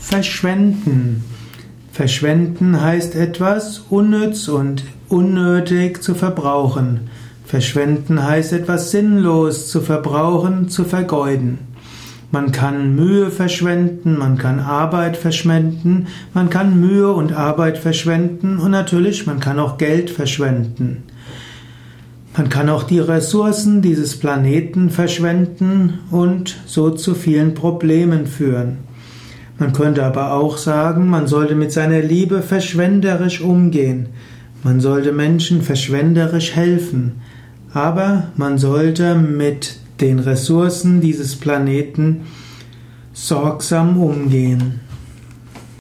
Verschwenden. Verschwenden heißt etwas unnütz und unnötig zu verbrauchen. Verschwenden heißt etwas sinnlos zu verbrauchen, zu vergeuden. Man kann Mühe verschwenden, man kann Arbeit verschwenden, man kann Mühe und Arbeit verschwenden und natürlich, man kann auch Geld verschwenden. Man kann auch die Ressourcen dieses Planeten verschwenden und so zu vielen Problemen führen. Man könnte aber auch sagen, man sollte mit seiner Liebe verschwenderisch umgehen. Man sollte Menschen verschwenderisch helfen. Aber man sollte mit den Ressourcen dieses Planeten sorgsam umgehen.